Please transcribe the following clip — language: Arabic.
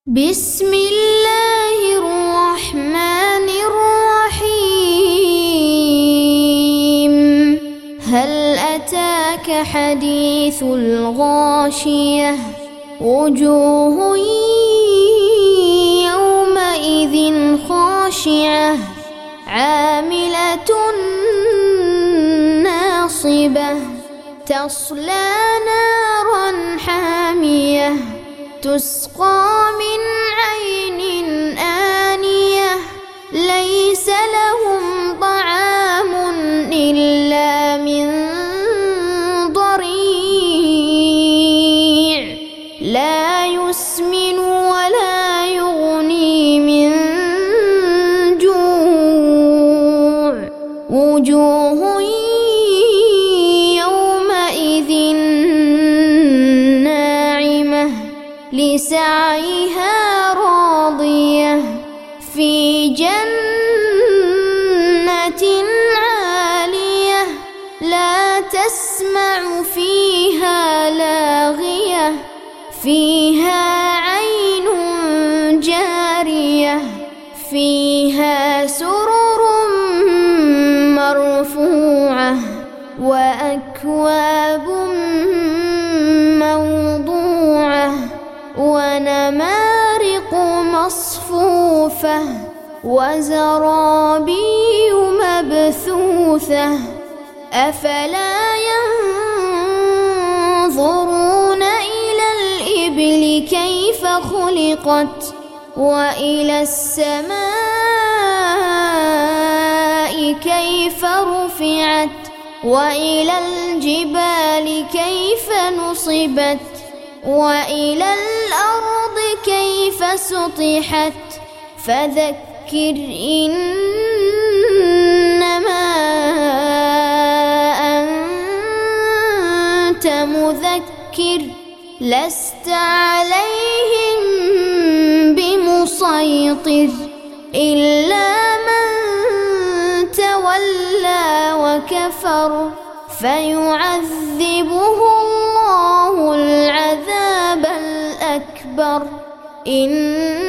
بسم الله الرحمن الرحيم. هل أتاك حديث الغاشية؟ وجوه يومئذ خاشعة عاملة ناصبة تصلى نارا حامية تسقى من عين آنية ليس لهم طعام إلا من ضريع لا يسمن ولا يغني من جوع. وجوه يومئذ ناعمة لسعيها راضية في جنة عالية لا تسمع فيها لاغية فيها عين جارية فيها سرر مرفوعة وأكواب موضوعة ونمارق مصفوفة وزرابي مبثوثة أفلا ينظرون إلى الإبل كيف خلقت وإلى السماء كيف رفعت وإلى الجبال كيف نصبت وإلى الأرض كيف سطحت فذكر إنما أنت مذكر لست عليهم بمسيطر إلا من تولى وكفر فيعذبه الله العذاب الأكبر.